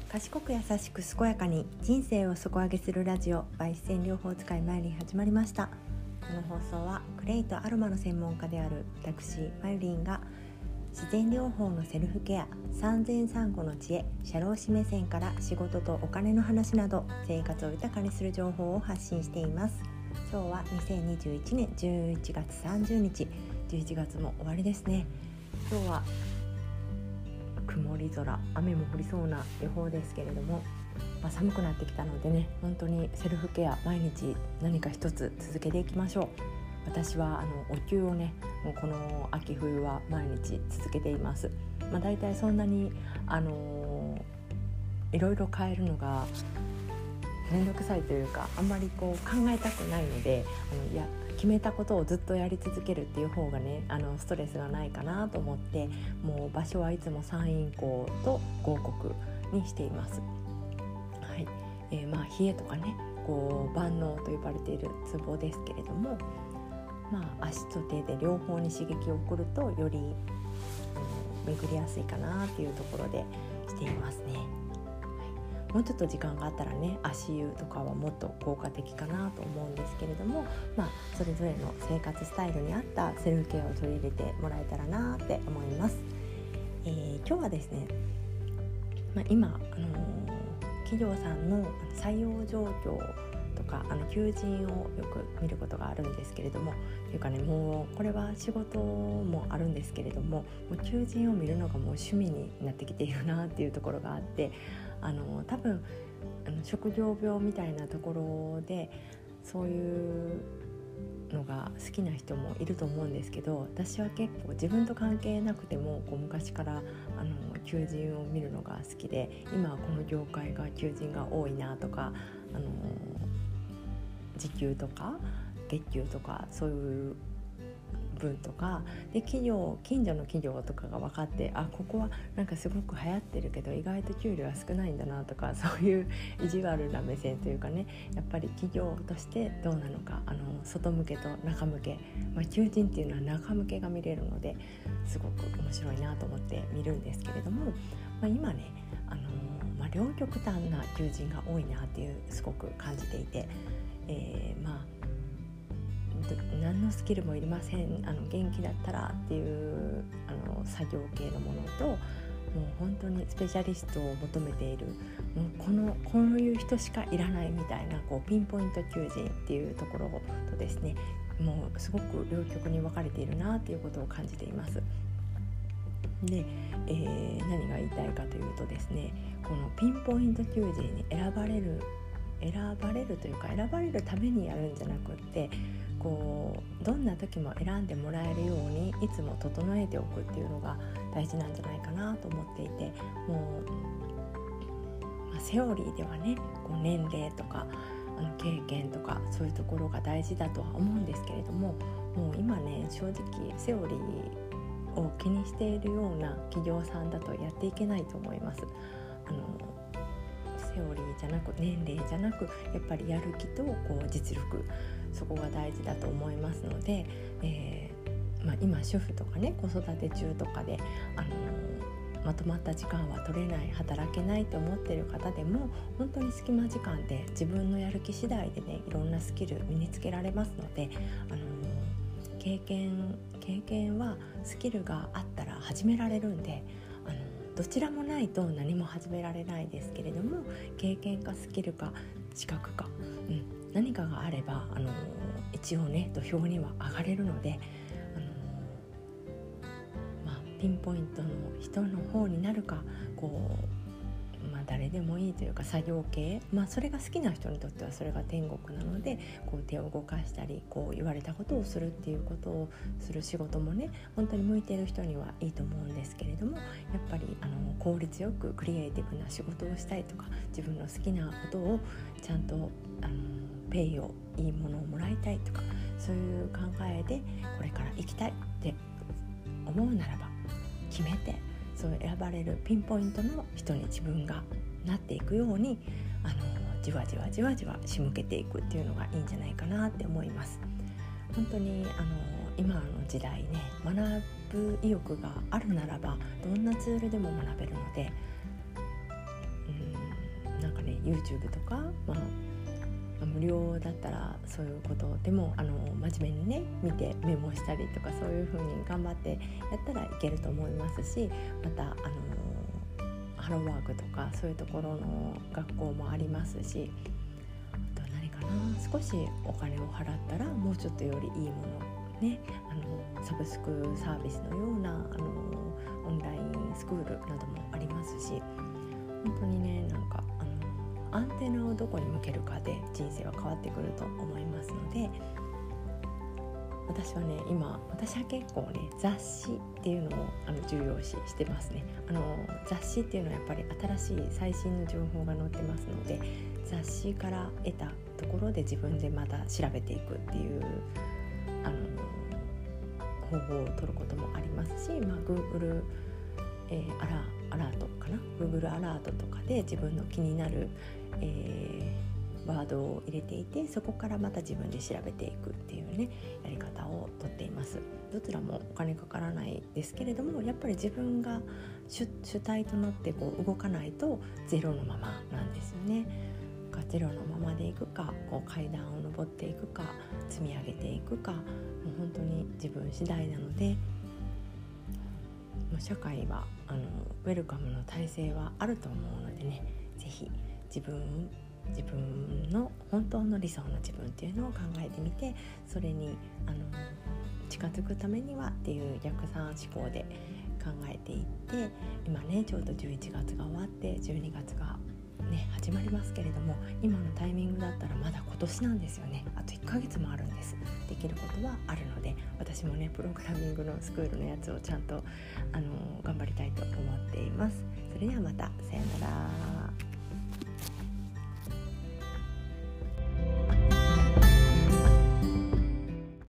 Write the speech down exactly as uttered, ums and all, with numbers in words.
賢く優しく健やかに人生を底上げするラジオ by 自然療法使いマイリン始まりました。この放送はクレイとアロマの専門家である私マイリンが自然療法のセルフケア、産前産後の知恵、社労士目線から仕事とお金の話など生活を豊かにする情報を発信しています。今日はにせんにじゅういちねんじゅういちがつさんじゅうにち、じゅういちがつも終わりですね。今日は曇り空、雨も降りそうな予報ですけれども、まあ、寒くなってきたのでね、本当にセルフケア毎日何か一つ続けていきましょう。私はあのお灸をね、もうこの秋冬は毎日続けています。まあ、だいたいそんなにあのー、いろいろ変えるのがめんどくさいというか、あんまりこう考えたくないので、あのいや決めたことをずっとやり続けるっていう方がね、あのストレスがないかなと思って、もう場所はいつも山陰港と合谷にしています。はい、えー、まあ冷えとかね、こう万能と呼ばれているツボですけれども、まあ足と手で両方に刺激を送るとより、うん、巡りやすいかなっていうところでしていますね。もうちょっと時間があったらね、足湯とかはもっと効果的かなと思うんですけれども、まあ、それぞれの生活スタイルに合ったセルフケアを取り入れてもらえたらなって思います。えー、今日はですね、まあ、今、あのー、企業さんの採用状況とかあの求人をよく見ることがあるんですけれども、というかね、もうこれは仕事もあるんですけれども、もう求人を見るのがもう趣味になってきているなっていうところがあって、あの多分あの職業病みたいなところでそういうのが好きな人もいると思うんですけど、私は結構自分と関係なくてもこう昔からあの求人を見るのが好きで、今はこの業界が求人が多いなとか、あの時給とか月給とかそういう分とかで、企業近所の企業とかが分かって、あ、ここはなんかすごく流行ってるけど意外と給料は少ないんだなとか、そういう意地悪な目線というかね、やっぱり企業としてどうなのか、あの外向けと中向け、まあ、求人っていうのは中向けが見れるのですごく面白いなと思って見るんですけれども、まあ、今ね、あのまあ、両極端な求人が多いなっていうすごく感じていて、えー、まあ何のスキルもいりません、あの元気だったらっていうあの作業系のものと、もう本当にスペシャリストを求めている、もうこのこういう人しかいらないみたいなこうピンポイント求人っていうところとですね、もうすごく両極に分かれているなっていうことを感じています。で、えー、何が言いたいかというとですね、このピンポイント求人に選ばれる選ばれるというか選ばれるためにやるんじゃなくって、こうどんな時も選んでもらえるようにいつも整えておくっていうのが大事なんじゃないかなと思っていて、もう、まあ、セオリーではね、こう年齢とかあの経験とかそういうところが大事だとは思うんですけれども、もう今ね、正直セオリーを気にしているような企業さんだとやっていけないと思います。あのセオリーじゃなく、年齢じゃなく、やっぱりやる気とこう実力、そこが大事だと思いますので、えーまあ、今主婦とかね、子育て中とかで、あのー、まとまった時間は取れない、働けないと思っている方でも、本当に隙間時間で自分のやる気次第でね、いろんなスキル身につけられますので、あのー、経験経験はスキルがあったら始められるんで、あのどちらもないと何も始められないですけれども、経験かスキルか資格か、うん、何かがあれば、あの一応ね土俵には上がれるので、あの、まあ、ピンポイントの人の方になるか、こう、まあ、誰でもいいというか作業系、まあ、それが好きな人にとってはそれが天国なので、こう手を動かしたり、こう言われたことをするっていうことをする仕事もね、本当に向いている人にはいいと思うんですけれども、やっぱりあの効率よくクリエイティブな仕事をしたいとか、自分の好きなことをちゃんとあのペイをいいものをもらいたいとか、そういう考えでこれから生きたいって思うならば、決めてそう選ばれるピンポイントの人に自分がなっていくように、あのじわじわじわじわ仕向けていくっていうのがいいんじゃないかなって思います。本当にあの今の時代ね、学ぶ意欲があるならばどんなツールでも学べるので、 YouTube とか、まあ、無料だったらそういうことでもあの真面目にね見てメモしたりとか、そういう風に頑張ってやったらいけると思いますし、またあのハローワークとかそういうところの学校もありますし、あと何かな、少しお金を払ったらもうちょっとよりいいものね、あのサブスクサービスのようなあのオンラインスクールなどもありますし、本当にね、なんかあのアンテナをどこに向けるかで人生は変わってくると思いますので、私はね今私は結構ね雑誌っていうのをあの重要視してますね。あの雑誌っていうのはやっぱり新しい最新の情報が載ってますので、雑誌から得たところで自分でまた調べていくっていうあの方法を取ることもありますし、まあ、Google、えー、アラアラートかな Google アラートとかで自分の気になる、えー、ワードを入れていて、そこからまた自分で調べていくっていうねやり方をとっています。どちらもお金かからないですけれども、やっぱり自分が 主, 主体となってこう動かないとゼロのままなんですよね。ゼロのままでいくか、こう階段を上っていくか、積み上げていくか、もう本当に自分次第なので、もう社会はあのウェルカムの体制はあると思うのでね、ぜひ自分自分の本当の理想の自分っていうのを考えてみて、それにあの近づくためにはっていう逆算思考で考えていって、今ねちょうどじゅういちがつが終わってじゅうにがつがね、始まりますけれども、今のタイミングだったらまだ今年なんですよね。あといっかげつもあるんです。できることはあるので、私もねプログラミングのスクールのやつをちゃんとあの頑張りたいと思っています。それではまた、さよなら。